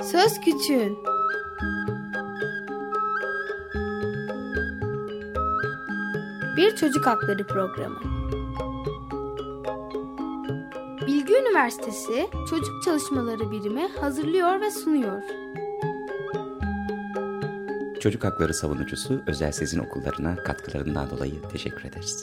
Söz Küçüğün. Bir çocuk hakları programı. Bilgi Üniversitesi Çocuk Çalışmaları Birimi hazırlıyor ve sunuyor. Çocuk hakları savunucusu Özel Sezin Okullarına katkılarından dolayı teşekkür ederiz.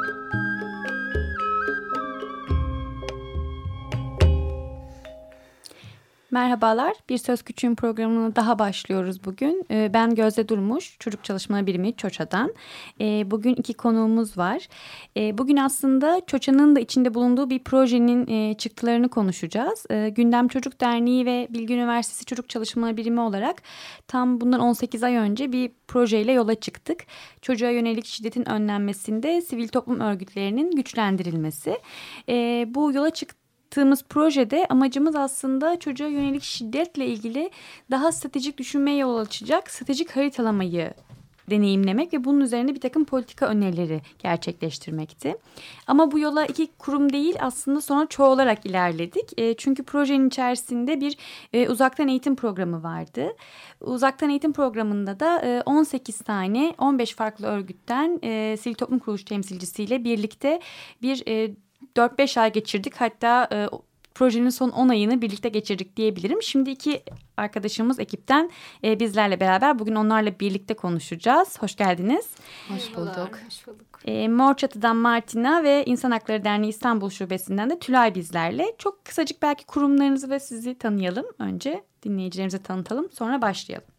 Merhabalar, Bir Söz Küçüğün programına daha başlıyoruz bugün. Ben Gözde Durmuş, Çocuk Çalışmaları Birimi ÇOÇA'dan. Bugün iki konuğumuz var. Bugün aslında ÇOÇA'nın da içinde bulunduğu bir projenin çıktılarını konuşacağız. Gündem Çocuk Derneği ve Bilgi Üniversitesi Çocuk Çalışmaları Birimi olarak tam bundan 18 ay önce bir projeyle yola çıktık. Çocuğa yönelik şiddetin önlenmesinde sivil toplum örgütlerinin güçlendirilmesi. Bu yola çıktığımız projede amacımız aslında çocuğa yönelik şiddetle ilgili daha stratejik düşünmeye yol açacak stratejik haritalamayı deneyimlemek ve bunun üzerine bir takım politika önerileri gerçekleştirmekti. Ama bu yola iki kurum değil aslında sonra çoğalarak ilerledik. Çünkü projenin içerisinde bir uzaktan eğitim programı vardı. Uzaktan eğitim programında da 18 tane 15 farklı örgütten sivil toplum kuruluş temsilcisiyle birlikte bir 4-5 ay geçirdik. Hatta projenin son 10 ayını birlikte geçirdik diyebilirim. Şimdi iki arkadaşımız ekipten bizlerle beraber bugün onlarla birlikte konuşacağız. Hoş geldiniz. Hoş bulduk. Hoş bulduk. Mor Çatı'dan Martina ve İnsan Hakları Derneği İstanbul Şubesi'nden de Tülay bizlerle. Çok kısacık belki kurumlarınızı ve sizi tanıyalım. Önce dinleyicilerimize tanıtalım, sonra başlayalım.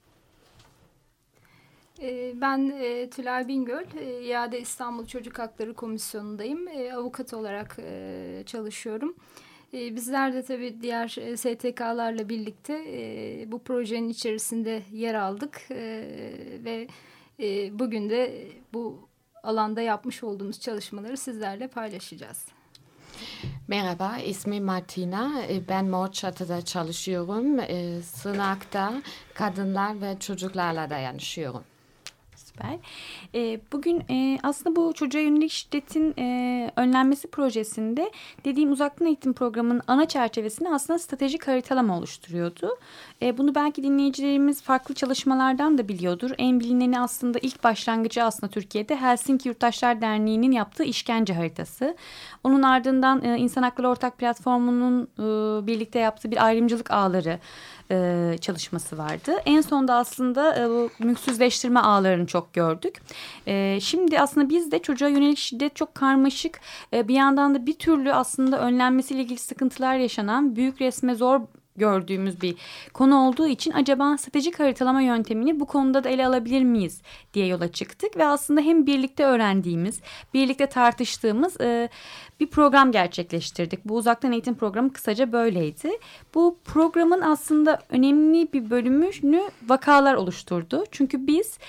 Ben Tülay Bingöl, İade İstanbul Çocuk Hakları Komisyonu'ndayım. Avukat olarak çalışıyorum. Bizler de tabii diğer STK'larla birlikte bu projenin içerisinde yer aldık. Ve bugün de bu alanda yapmış olduğumuz çalışmaları sizlerle paylaşacağız. Merhaba, ismim Martina. Ben Mor Çatı'da çalışıyorum. Sığınakta kadınlar ve çocuklarla dayanışıyorum. Süper. Bugün aslında bu çocuğa yönelik şiddetin önlenmesi projesinde dediğim uzaktan eğitim programının ana çerçevesini aslında stratejik haritalama oluşturuyordu. Bunu belki dinleyicilerimiz farklı çalışmalardan da biliyordur. En bilineni aslında ilk başlangıcı aslında Türkiye'de Helsinki Yurttaşlar Derneği'nin yaptığı işkence haritası. Onun ardından İnsan Hakları Ortak Platformu'nun birlikte yaptığı bir ayrımcılık ağları çalışması vardı. En sonda aslında bu mülksüzleştirme ağlarını çok gördük. Şimdi aslında biz de çocuğa yönelik şiddet çok karmaşık, bir yandan da bir türlü aslında önlenmesiyle ilgili sıkıntılar yaşanan, büyük resme zor gördüğümüz bir konu olduğu için acaba stratejik haritalama yöntemini bu konuda da ele alabilir miyiz diye yola çıktık ve aslında hem birlikte öğrendiğimiz, birlikte tartıştığımız bir program gerçekleştirdik. Bu uzaktan eğitim programı kısaca böyleydi. Bu programın aslında önemli bir bölümünü vakalar oluşturdu. Çünkü biz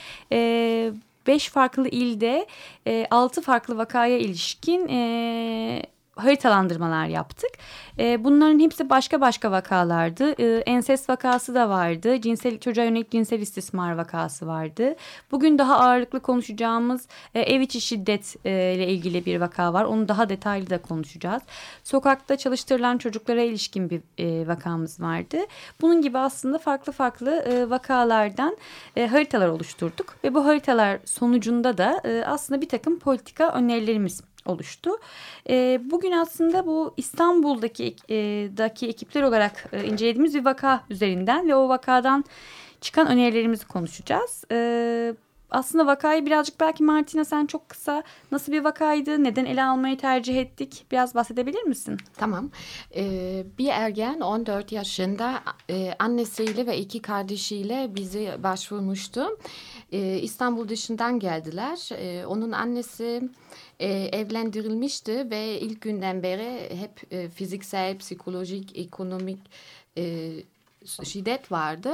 5 farklı ilde 6 farklı vakaya ilişkin haritalandırmalar yaptık. Bunların hepsi başka başka vakalardı. Ensest vakası da vardı. Çocuğa yönelik cinsel istismar vakası vardı. Bugün daha ağırlıklı konuşacağımız ev içi şiddet ile ilgili bir vaka var. Onu daha detaylı da konuşacağız. Sokakta çalıştırılan çocuklara ilişkin bir vakamız vardı. Bunun gibi aslında farklı farklı vakalardan haritalar oluşturduk. Ve bu haritalar sonucunda da aslında bir takım politika önerilerimiz oluştu. Bugün aslında bu İstanbul'daki ekipler olarak incelediğimiz bir vaka üzerinden ve o vakadan çıkan önerilerimizi konuşacağız. Aslında vakayı birazcık belki Martina sen çok kısa nasıl bir vakaydı, neden ele almayı tercih ettik biraz bahsedebilir misin? Tamam. Bir ergen 14 yaşında annesiyle ve 2 kardeşiyle bizi başvurmuştu. İstanbul dışından geldiler. Onun annesi evlendirilmişti ve ilk günden beri hep fiziksel, psikolojik, ekonomik şiddet vardı.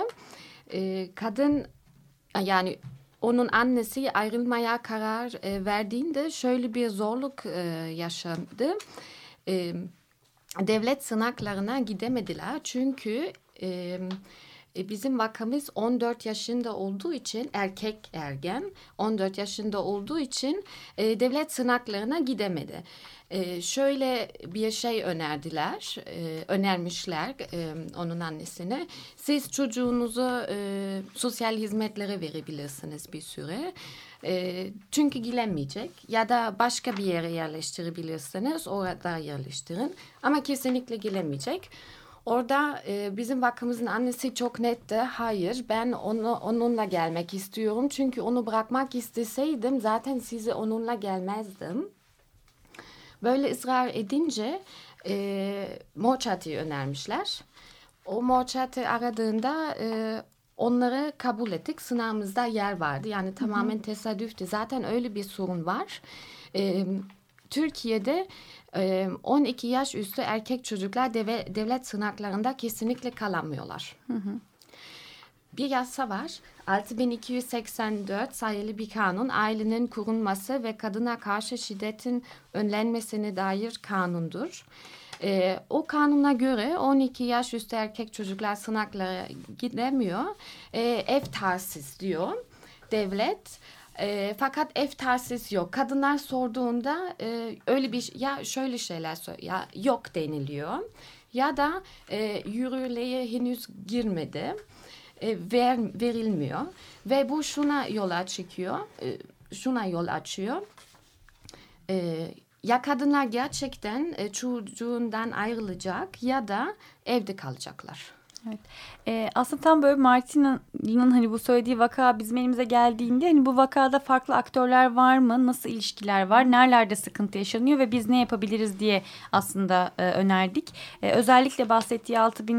Kadın yani onun annesi ayrılmaya karar verdiğinde şöyle bir zorluk yaşadı. Devlet sınavlarına gidemediler çünkü bizim vakamız 14 yaşında olduğu için, erkek ergen 14 yaşında olduğu için devlet sınavlarına gidemedi. Şöyle bir şey önermişler onun annesine. Siz çocuğunuzu sosyal hizmetlere verebilirsiniz bir süre. Çünkü gelemeyecek, ya da başka bir yere yerleştirebilirsiniz, orada yerleştirin, ama kesinlikle gelemeyecek. Orada bizim vakamızın annesi çok netti. Hayır, ben onunla gelmek istiyorum. Çünkü onu bırakmak isteseydim zaten size onunla gelmezdim. Böyle ısrar edince Mor Çatı'yı önermişler. O Mor Çatı aradığında onları kabul ettik. Sınavımızda yer vardı. Yani tamamen tesadüftü. Zaten öyle bir sorun var. Türkiye'de 12 yaş üstü erkek çocuklar devlet sınavlarında kesinlikle kalamıyorlar. Bir yasa var. 6284 sayılı bir kanun, ailenin kurulması ve kadına karşı şiddetin önlenmesine dair kanundur. O kanuna göre 12 yaş üstü erkek çocuklar sınavlara gidemiyor. Ev tahsis diyor devlet. Fakat ev tahsis yok. Kadınlar sorduğunda öyle bir ya şöyle şeyler söylüyor. Ya yok deniliyor. Ya da yürürlüğe henüz girmedi. Verilmiyor. Ve bu şuna yol açıyor. Ya kadınlar gerçekten çocuğundan ayrılacak ya da evde kalacaklar. Evet. Aslında tam böyle Martina'nın hani bu söylediği vaka bizim elimize geldiğinde hani bu vakada farklı aktörler var mı? Nasıl ilişkiler var? Nerelerde sıkıntı yaşanıyor ve biz ne yapabiliriz diye aslında önerdik. Özellikle bahsettiği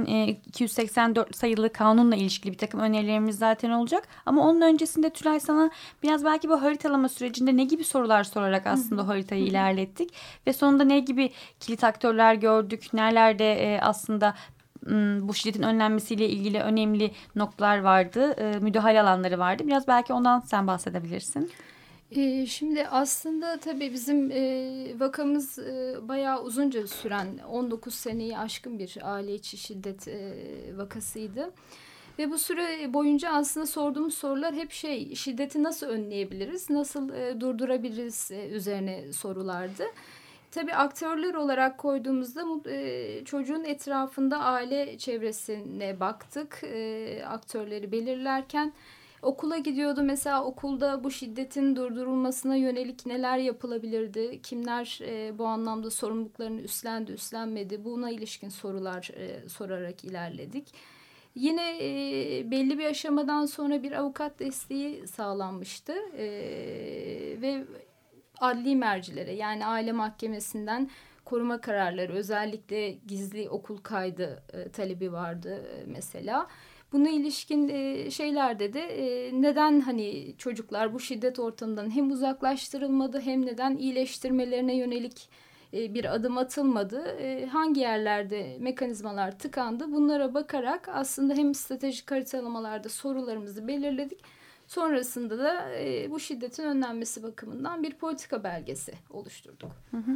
6284 sayılı kanunla ilişkili bir takım önerilerimiz zaten olacak. Ama onun öncesinde Tülay, sana biraz belki bu haritalama sürecinde ne gibi sorular sorarak aslında haritayı ilerlettik ve sonunda ne gibi kilit aktörler gördük? Nerelerde aslında bu şiddetin önlenmesiyle ilgili önemli noktalar vardı, müdahale alanları vardı. Biraz belki ondan sen bahsedebilirsin. Şimdi aslında tabii bizim vakamız bayağı uzunca süren 19 seneyi aşkın bir aile içi şiddet vakasıydı. Ve bu süre boyunca aslında sorduğumuz sorular hep şiddeti nasıl önleyebiliriz, nasıl durdurabiliriz üzerine sorulardı. Tabii aktörler olarak koyduğumuzda çocuğun etrafında aile çevresine baktık. Aktörleri belirlerken okula gidiyordu. Mesela okulda bu şiddetin durdurulmasına yönelik neler yapılabilirdi? Kimler bu anlamda sorumluluklarını üstlenmedi? Buna ilişkin sorular sorarak ilerledik. Yine belli bir aşamadan sonra bir avukat desteği sağlanmıştı. Ve adli mercilere, yani aile mahkemesinden koruma kararları, özellikle gizli okul kaydı talebi vardı mesela. Buna ilişkin şeylerde de neden hani çocuklar bu şiddet ortamından hem uzaklaştırılmadı hem neden iyileştirmelerine yönelik bir adım atılmadı, hangi yerlerde mekanizmalar tıkandı, bunlara bakarak aslında hem stratejik haritalamalarda sorularımızı belirledik. Sonrasında da bu şiddetin önlenmesi bakımından bir politika belgesi oluşturduk.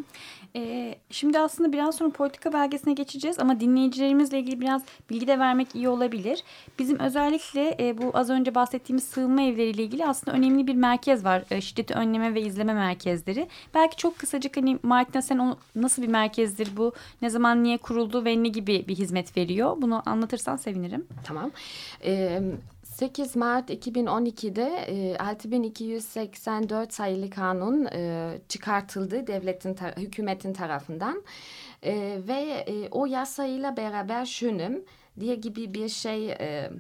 Şimdi aslında biraz sonra politika belgesine geçeceğiz ama dinleyicilerimizle ilgili biraz bilgi de vermek iyi olabilir. Bizim özellikle bu az önce bahsettiğimiz sığınma evleriyle ilgili aslında önemli bir merkez var. Şiddeti önleme ve izleme merkezleri. Belki çok kısacık hani Martina, sen nasıl bir merkezdir bu? Ne zaman, niye kuruldu ve ne gibi bir hizmet veriyor? Bunu anlatırsan sevinirim. Tamam. 8 Mart 2012'de 6284 sayılı kanun çıkartıldı hükümetin tarafından ve o yasayla beraber şunum diye gibi bir şey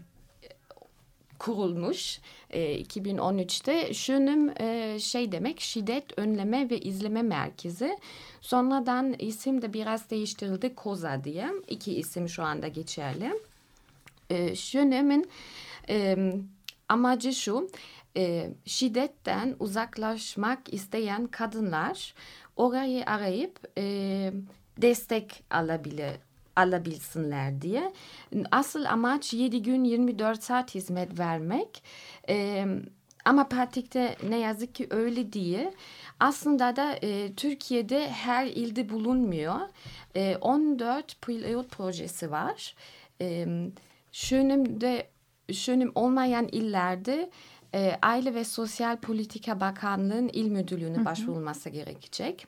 kurulmuş 2013'te. Şunum demek, şiddet önleme ve izleme merkezi. Sonradan isim de biraz değiştirildi, KOZA diye. 2 isim şu anda geçerli. Şunumun amacı şu, şiddetten uzaklaşmak isteyen kadınlar orayı arayıp destek alabilsinler diye. Asıl amaç 7 gün 24 saat hizmet vermek. Ama pratikte ne yazık ki öyle değil. Aslında da Türkiye'de her ilde bulunmuyor. 14 pilot projesi var. Şönüm olmayan illerde Aile ve Sosyal Politika Bakanlığı'nın il müdürlüğüne başvurulması gerekecek.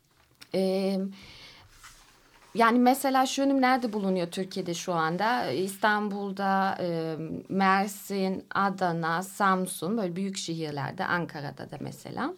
Yani mesela şönüm nerede bulunuyor Türkiye'de şu anda? İstanbul'da, Mersin, Adana, Samsun, böyle büyük şehirlerde, Ankara'da da mesela.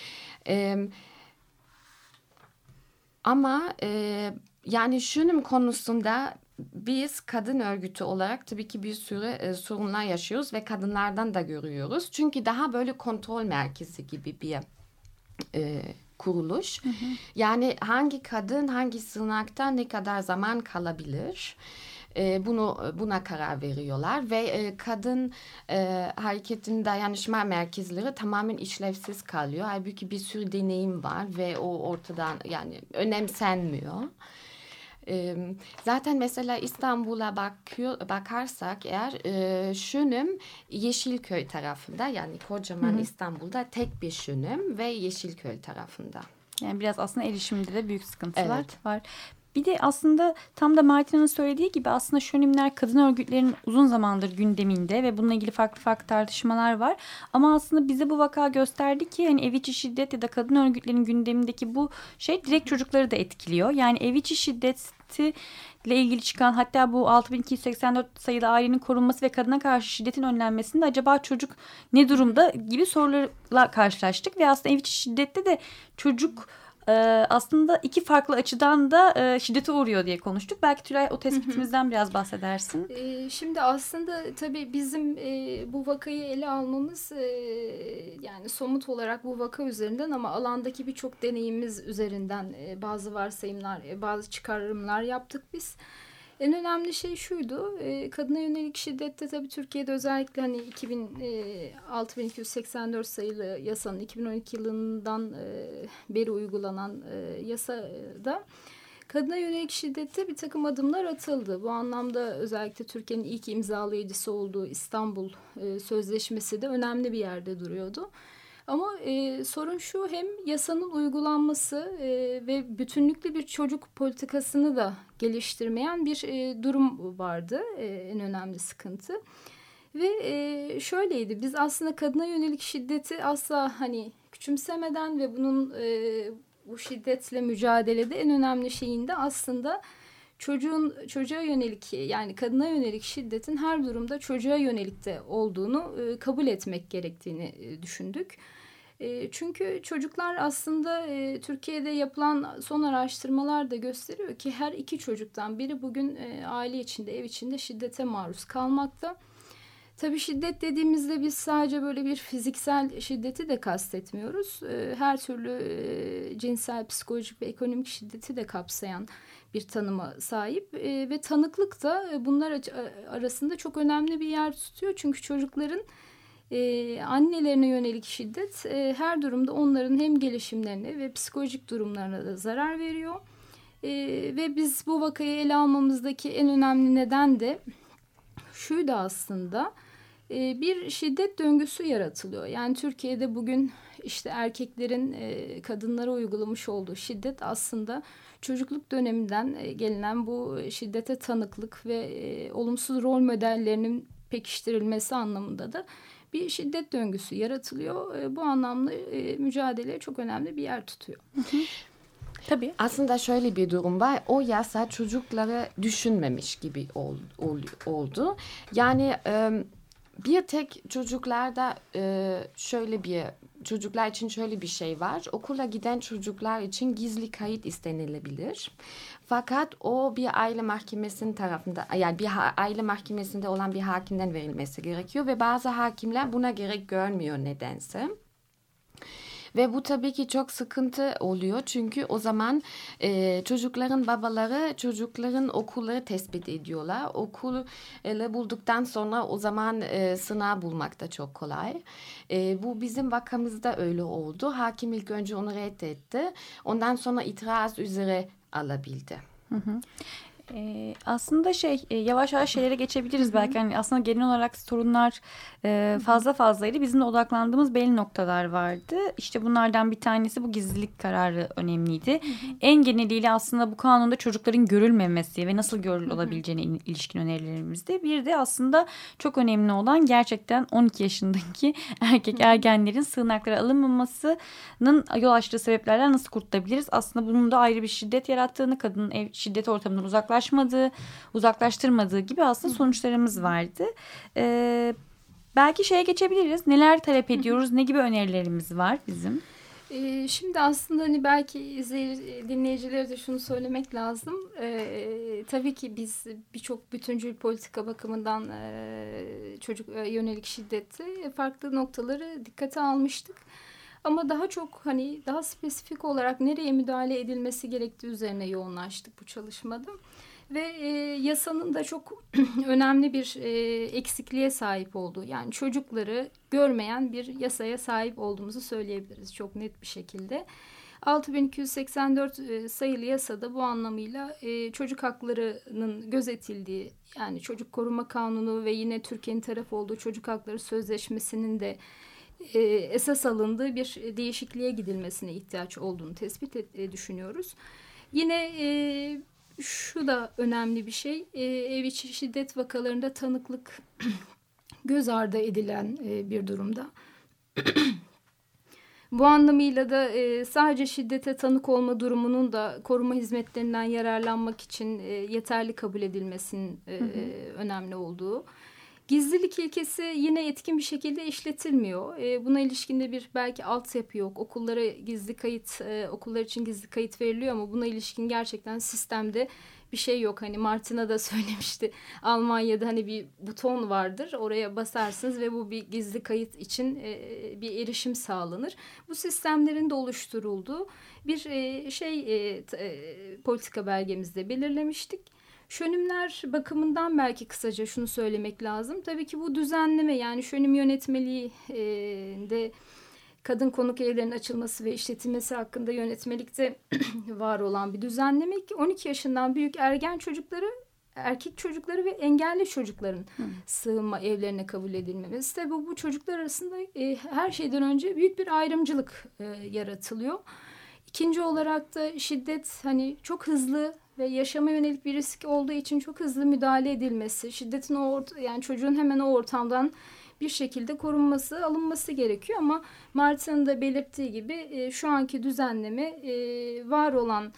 Ama yani şönüm konusunda biz kadın örgütü olarak tabii ki bir sürü sorunlar yaşıyoruz ve kadınlardan da görüyoruz. Çünkü daha böyle kontrol merkezi gibi bir kuruluş. Yani hangi kadın hangi sığınakta ne kadar zaman kalabilir? Buna karar veriyorlar ve kadın hareketinin dayanışma merkezleri tamamen işlevsiz kalıyor. Halbuki bir sürü deneyim var ve o ortadan yani önemsenmiyor. Zaten mesela İstanbul'a bakarsak eğer şönüm Yeşilköy tarafında, yani kocaman İstanbul'da tek bir şönüm ve Yeşilköy tarafında. Yani biraz aslında erişimde de büyük sıkıntılar var. Bir de aslında tam da Martina'nın söylediği gibi aslında şönimler kadın örgütlerinin uzun zamandır gündeminde ve bununla ilgili farklı tartışmalar var. Ama aslında bize bu vaka gösterdi ki hani ev içi şiddet ya da kadın örgütlerinin gündemindeki bu şey direkt çocukları da etkiliyor. Yani ev içi şiddeti ile ilgili çıkan, hatta bu 6284 sayılı ailenin korunması ve kadına karşı şiddetin önlenmesinde acaba çocuk ne durumda gibi sorularla karşılaştık ve aslında ev içi şiddette de çocuk aslında iki farklı açıdan da şiddete uğruyor diye konuştuk. Belki Tülay o tespitimizden biraz bahsedersin. Şimdi aslında tabii bizim bu vakayı ele almamız yani somut olarak bu vaka üzerinden ama alandaki birçok deneyimimiz üzerinden bazı varsayımlar, bazı çıkarımlar yaptık biz. En önemli şey şuydu, kadına yönelik şiddette tabii Türkiye'de özellikle hani 6284 sayılı yasanın 2012 yılından beri uygulanan yasada kadına yönelik şiddette bir takım adımlar atıldı. Bu anlamda özellikle Türkiye'nin ilk imzalayıcısı olduğu İstanbul Sözleşmesi de önemli bir yerde duruyordu. Ama sorun şu, hem yasanın uygulanması ve bütünlüklü bir çocuk politikasını da geliştirmeyen bir durum vardı. En önemli sıkıntı. Ve şöyleydi, biz aslında kadına yönelik şiddeti asla hani küçümsemeden ve bunun bu şiddetle mücadelede en önemli şeyin de aslında çocuğa yönelik, yani kadına yönelik şiddetin her durumda çocuğa yönelik de olduğunu kabul etmek gerektiğini düşündük. Çünkü çocuklar aslında Türkiye'de yapılan son araştırmalar da gösteriyor ki her iki çocuktan biri bugün aile içinde, ev içinde şiddete maruz kalmakta. Tabii şiddet dediğimizde biz sadece böyle bir fiziksel şiddeti de kastetmiyoruz. Her türlü cinsel, psikolojik ve ekonomik şiddeti de kapsayan bir tanıma sahip. Ve tanıklık da bunlar arasında çok önemli bir yer tutuyor. Çünkü çocukların annelerine yönelik şiddet her durumda onların hem gelişimlerine ve psikolojik durumlarına da zarar veriyor. Ve biz bu vakayı ele almamızdaki en önemli neden de şuydu aslında. Bir şiddet döngüsü yaratılıyor. Yani Türkiye'de bugün işte erkeklerin kadınlara uygulamış olduğu şiddet aslında çocukluk döneminden gelinen bu şiddete tanıklık ve olumsuz rol modellerinin pekiştirilmesi anlamında da bir şiddet döngüsü yaratılıyor. Bu anlamda mücadeleye çok önemli bir yer tutuyor. Tabii. Aslında şöyle bir durum var. O yasa çocukları düşünmemiş gibi oldu. Yani bir tek çocuklarda çocuklar için şöyle bir şey var. Okula giden çocuklar için gizli kayıt istenilebilir. Fakat o bir aile mahkemesinin tarafında, yani bir aile mahkemesinde olan bir hakimden verilmesi gerekiyor ve bazı hakimler buna gerek görmüyor nedense. Ve bu tabii ki çok sıkıntı oluyor çünkü o zaman çocukların babaları çocukların okulları tespit ediyorlar. Okulu bulduktan sonra o zaman sınav bulmak da çok kolay. Bu bizim vakamızda öyle oldu. Hakim ilk önce onu reddetti. Ondan sonra itiraz üzere alabildi. Aslında yavaş yavaş şeylere geçebiliriz belki. Yani aslında genel olarak sorunlar fazlaydı. Bizim de odaklandığımız belli noktalar vardı. İşte bunlardan bir tanesi bu gizlilik kararı önemliydi. En geneliyle aslında bu kanunda çocukların görülmemesi ve nasıl olabileceğine ilişkin önerilerimizdi. Bir de aslında çok önemli olan gerçekten 12 yaşındaki erkek ergenlerin sığınaklara alınmamasının yol açtığı sebeplerden nasıl kurtulabiliriz? Aslında bunun da ayrı bir şiddet yarattığını, kadının şiddet ortamından uzaklaştırmadığı gibi aslında sonuçlarımız vardı. Belki geçebiliriz. Neler talep ediyoruz? Ne gibi önerilerimiz var bizim? Şimdi aslında hani belki dinleyicilere de şunu söylemek lazım. Tabii ki biz birçok bütüncül politika bakımından çocuk yönelik şiddeti farklı noktaları dikkate almıştık. Ama daha çok daha spesifik olarak nereye müdahale edilmesi gerektiği üzerine yoğunlaştık bu çalışmada. Ve yasanın da çok önemli bir eksikliğe sahip olduğu, yani çocukları görmeyen bir yasaya sahip olduğumuzu söyleyebiliriz çok net bir şekilde. 6284 sayılı yasada bu anlamıyla çocuk haklarının gözetildiği, yani Çocuk Koruma Kanunu ve yine Türkiye'nin taraf olduğu Çocuk Hakları Sözleşmesi'nin de esas alındığı bir değişikliğe gidilmesine ihtiyaç olduğunu düşünüyoruz. Yine şu da önemli bir şey, ev içi şiddet vakalarında tanıklık göz ardı edilen bir durumda. Bu anlamıyla da sadece şiddete tanık olma durumunun da koruma hizmetlerinden yararlanmak için yeterli kabul edilmesinin önemli olduğu. Gizlilik ilkesi yine etkin bir şekilde işletilmiyor. Buna ilişkin de bir belki altyapı yok. Okullar için gizli kayıt veriliyor ama buna ilişkin gerçekten sistemde bir şey yok. Hani Martina da söylemişti. Almanya'da bir buton vardır. Oraya basarsınız ve bu bir gizli kayıt için bir erişim sağlanır. Bu sistemlerin de oluşturulduğu bir politika belgemizde belirlemiştik. Şönümler bakımından belki kısaca şunu söylemek lazım. Tabii ki bu düzenleme, yani şönüm yönetmeliği de kadın konuk evlerinin açılması ve işletilmesi hakkında yönetmelikte var olan bir düzenleme. 12 yaşından büyük erkek çocukları ve engelli çocukların sığınma evlerine kabul edilmemesi. Tabii bu çocuklar arasında her şeyden önce büyük bir ayrımcılık yaratılıyor. İkinci olarak da şiddet çok hızlı ve yaşama yönelik bir risk olduğu için çok hızlı müdahale edilmesi, şiddetin yani çocuğun hemen o ortamdan bir şekilde korunması, alınması gerekiyor. Ama Martin'in de belirttiği gibi şu anki düzenleme var olan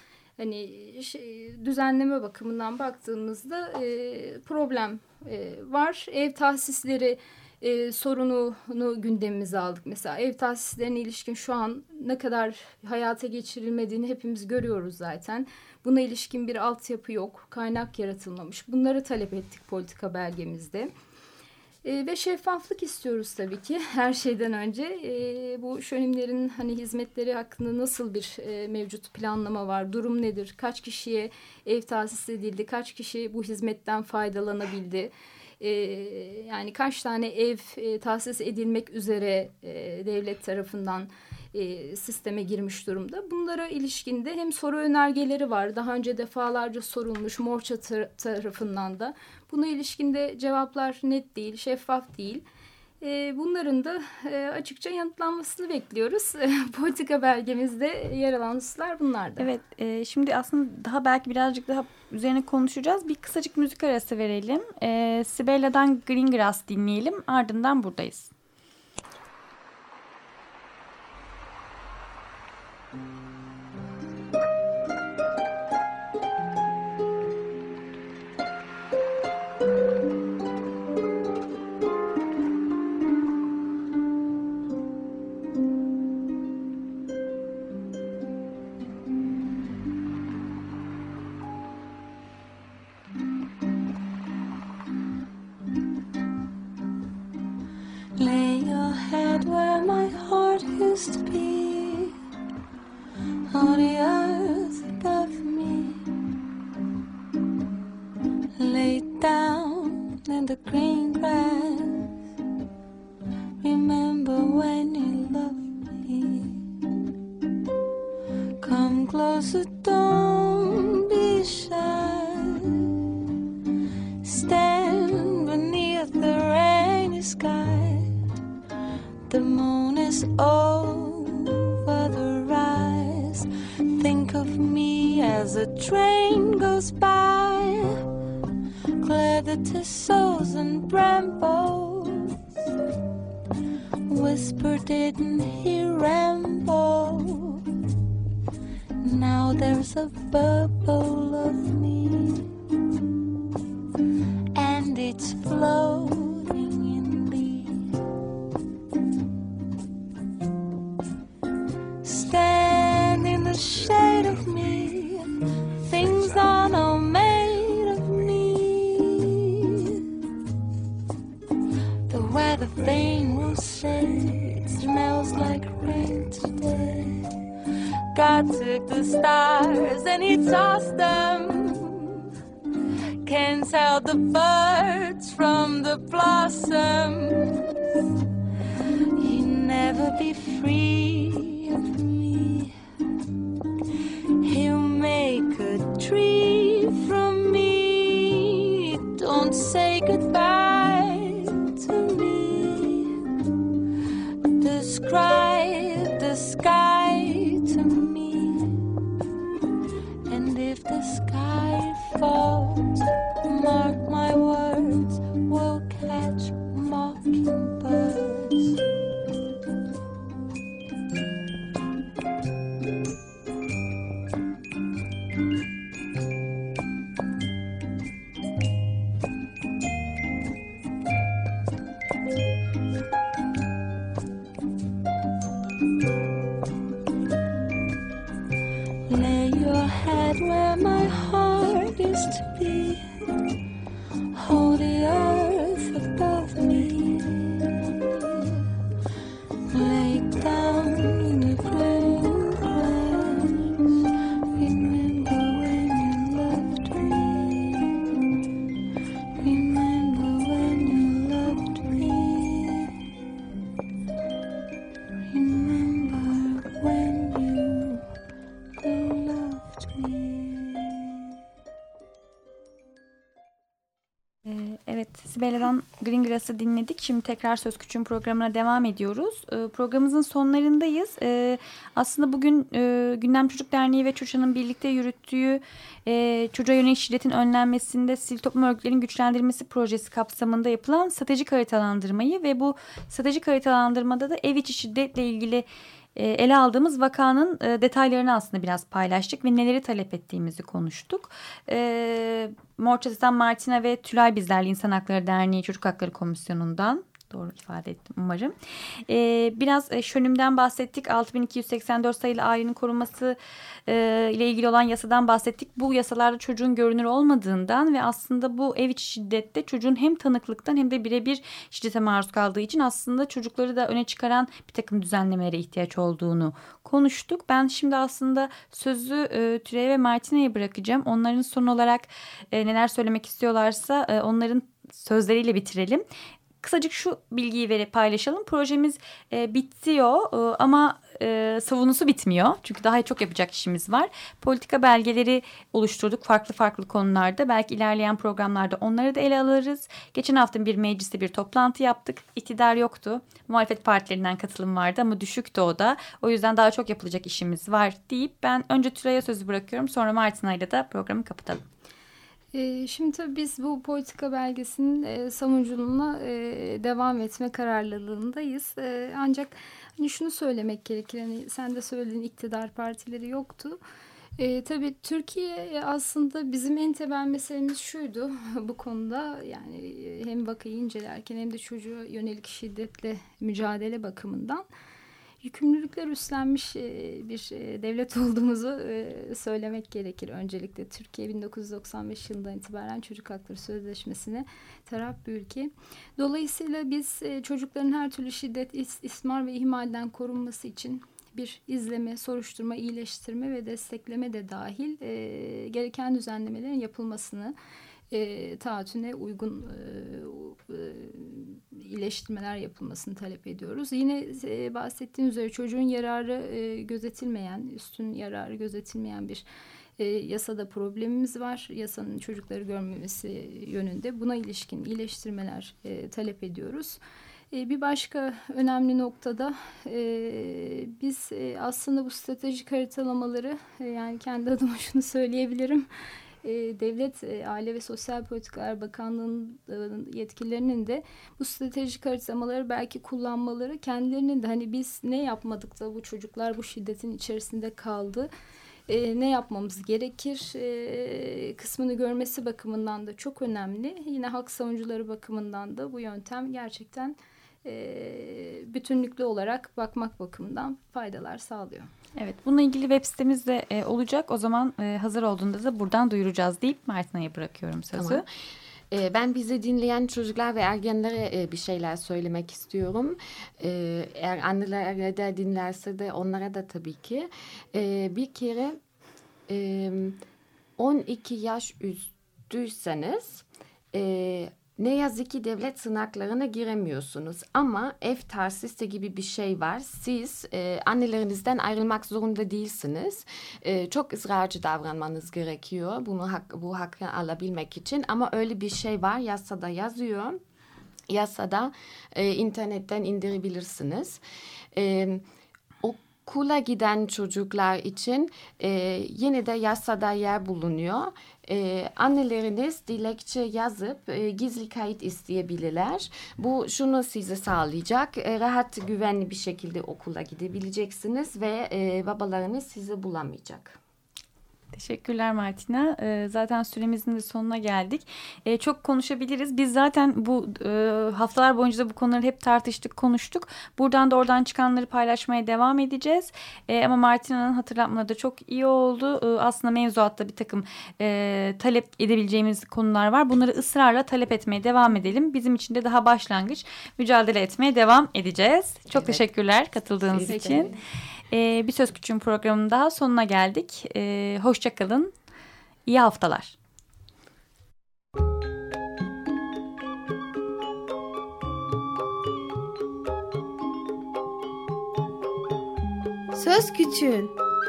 düzenleme bakımından baktığımızda problem var. Ev tahsisleri sorununu gündemimize aldık. Mesela ev tahsislerine ilişkin şu an ne kadar hayata geçirilmediğini hepimiz görüyoruz zaten. Buna ilişkin bir altyapı yok, kaynak yaratılmamış. Bunları talep ettik politika belgemizde. Ve şeffaflık istiyoruz tabii ki her şeyden önce. Bu şönimlerin hizmetleri hakkında nasıl bir mevcut planlama var, durum nedir, kaç kişiye ev tahsis edildi, kaç kişi bu hizmetten faydalanabildi? Yani kaç tane ev tahsis edilmek üzere devlet tarafından sisteme girmiş durumda. Bunlara ilişkinde hem soru önergeleri var. Daha önce defalarca sorulmuş MORÇA tarafından da. Buna ilişkinde cevaplar net değil, şeffaf değil. Bunların da açıkça yanıtlanmasını bekliyoruz. Politika belgemizde yer alan hususlar bunlardı. Evet, şimdi aslında belki birazcık daha üzerine konuşacağız. Bir kısacık müzik arası verelim. Sibella'dan Green Grass dinleyelim. Ardından buradayız. Lay your head where my heart used to be, on the earth above me. Lay down in the green grass, remember when you loved me. Come closer, don't be shy. looks over the rise. Think of me as a train goes by. Clear the thistles and brambles. Whisper, didn't he ramble? Now there's a bubble of me, and it's floating in me. Stand in the shade of me. Things are not made of me. The weather vane will say it smells like rain today. God took the stars and he tossed them. Can't tell the birds from the blossoms. You'll never be free of me. He'll make a tree from me. Don't say goodbye to me. Describe the sky to me. And if the sky falls, mark my words, we'll catch mockingbirds. Lay your head where my heart is to be. Hold the earth above me. Lay down in the green grass. Remember when you loved me. Remember when you loved me. Remember when you loved me. Evet, Sibel'den Green Grass'ı dinledik. Şimdi tekrar Söz Küçüğün programına devam ediyoruz. Programımızın sonlarındayız. Aslında bugün Gündem Çocuk Derneği ve ÇOÇA'nın birlikte yürüttüğü çocuğa yönelik şiddetin önlenmesinde sivil toplum örgütlerinin güçlendirilmesi projesi kapsamında yapılan stratejik haritalandırmayı ve bu stratejik haritalandırmada da ev içi şiddetle ilgili ele aldığımız vakanın detaylarını aslında biraz paylaştık ve neleri talep ettiğimizi konuştuk. Mor Çatı'dan Martina ve Tülay bizlerle İnsan Hakları Derneği Çocuk Hakları Komisyonu'ndan. Doğru ifade ettim umarım. Biraz Şönüm'den bahsettik. 6284 sayılı ailenin korunması ile ilgili olan yasadan bahsettik. Bu yasalarda çocuğun görünür olmadığından ve aslında bu ev içi şiddette çocuğun hem tanıklıktan hem de birebir şiddete maruz kaldığı için aslında çocukları da öne çıkaran bir takım düzenlemelere ihtiyaç olduğunu konuştuk. Ben şimdi aslında sözü Tülay ve Martina'ya bırakacağım. Onların son olarak neler söylemek istiyorlarsa onların sözleriyle bitirelim. Kısacık şu bilgiyi paylaşalım. Projemiz bitiyor ama savunusu bitmiyor. Çünkü daha çok yapacak işimiz var. Politika belgeleri oluşturduk farklı konularda. Belki ilerleyen programlarda onları da ele alırız. Geçen hafta bir mecliste bir toplantı yaptık. İktidar yoktu. Muhalefet partilerinden katılım vardı ama düşüktü o da. O yüzden daha çok yapılacak işimiz var deyip ben önce Tülay'a sözü bırakıyorum. Sonra Martina'yla da programı kapatalım. Şimdi tabii biz bu politika belgesinin savunuculuğuna devam etme kararlılığındayız. Ancak hani şunu söylemek gerekir. Hani sen de söylediğin iktidar partileri yoktu. Tabii Türkiye aslında bizim en temel meselemiz şuydu bu konuda. Yani hem vakayı incelerken hem de çocuğa yönelik şiddetle mücadele bakımından yükümlülükler üstlenmiş bir devlet olduğumuzu söylemek gerekir. Öncelikle Türkiye 1995 yılından itibaren Çocuk Hakları Sözleşmesi'ne taraf bir ülke. Dolayısıyla biz çocukların her türlü şiddet, istismar ve ihmalden korunması için bir izleme, soruşturma, iyileştirme ve destekleme de dahil gereken düzenlemelerin yapılmasını, taahhütüne uygun iyileştirmeler yapılmasını talep ediyoruz. Yine bahsettiğim üzere çocuğun yararı gözetilmeyen, üstün yararı gözetilmeyen bir yasada problemimiz var. Yasanın çocukları görmemesi yönünde buna ilişkin iyileştirmeler talep ediyoruz. Bir başka önemli noktada biz aslında bu stratejik haritalamaları yani kendi adıma şunu söyleyebilirim. Devlet Aile ve Sosyal Politikalar Bakanlığı'nın yetkililerinin de bu stratejik haritamaları belki kullanmaları, kendilerinin de hani biz ne yapmadık da bu çocuklar bu şiddetin içerisinde kaldı, ne yapmamız gerekir kısmını görmesi bakımından da çok önemli. Yine hak savunucuları bakımından da bu yöntem gerçekten bütünlüklü olarak bakmak bakımından faydalar sağlıyor. Evet, bununla ilgili web sitemiz de olacak. O zaman hazır olduğunda da buradan duyuracağız deyip Martina'ya bırakıyorum sözü. Tamam. Ben bizi dinleyen çocuklar ve ergenlere bir şeyler söylemek istiyorum. Eğer anneler de dinlerse de onlara da tabii ki. Bir kere 12 yaş üstüyseniz ne yazık ki devlet sınavlarına giremiyorsunuz. Ama EFTAR gibi bir şey var. Siz annelerinizden ayrılmak zorunda değilsiniz. Çok ısrarcı davranmanız gerekiyor bu hakkı alabilmek için. Ama öyle bir şey var, yasada yazıyor. Yasada internetten indirebilirsiniz. Okula giden çocuklar için yine de yasada yer bulunuyor. Anneleriniz dilekçe yazıp gizli kayıt isteyebilirler. Bu şunu size sağlayacak. Rahat, güvenli bir şekilde okula gidebileceksiniz ve babalarınız sizi bulamayacak. Teşekkürler Martina. Zaten süremizin de sonuna geldik. Çok konuşabiliriz. Biz zaten bu haftalar boyunca da bu konuları hep tartıştık, konuştuk. Buradan da oradan çıkanları paylaşmaya devam edeceğiz. Ama Martina'nın hatırlatmaları da çok iyi oldu. Aslında mevzuatta bir takım talep edebileceğimiz konular var. Bunları ısrarla talep etmeye devam edelim. Bizim için de daha başlangıç, mücadele etmeye devam edeceğiz. Çok teşekkürler katıldığınız için. Bir Söz Küçüğün programının daha sonuna geldik. Hoşça kalın. İyi haftalar. Söz Küçüğün.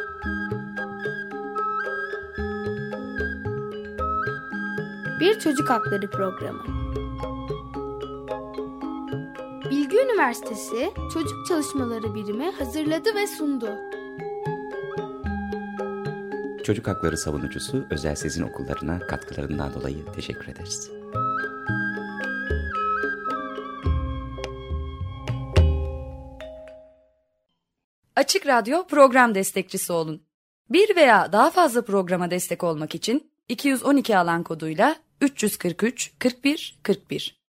Bir çocuk hakları programı. Bilgi Üniversitesi Çocuk Çalışmaları Birimi hazırladı ve sundu. Çocuk hakları savunucusu Özel Sezin Okullarına katkılarından dolayı teşekkür ederiz. Açık Radyo program destekçisi olun. Bir veya daha fazla programa destek olmak için 212 alan koduyla 343 41 41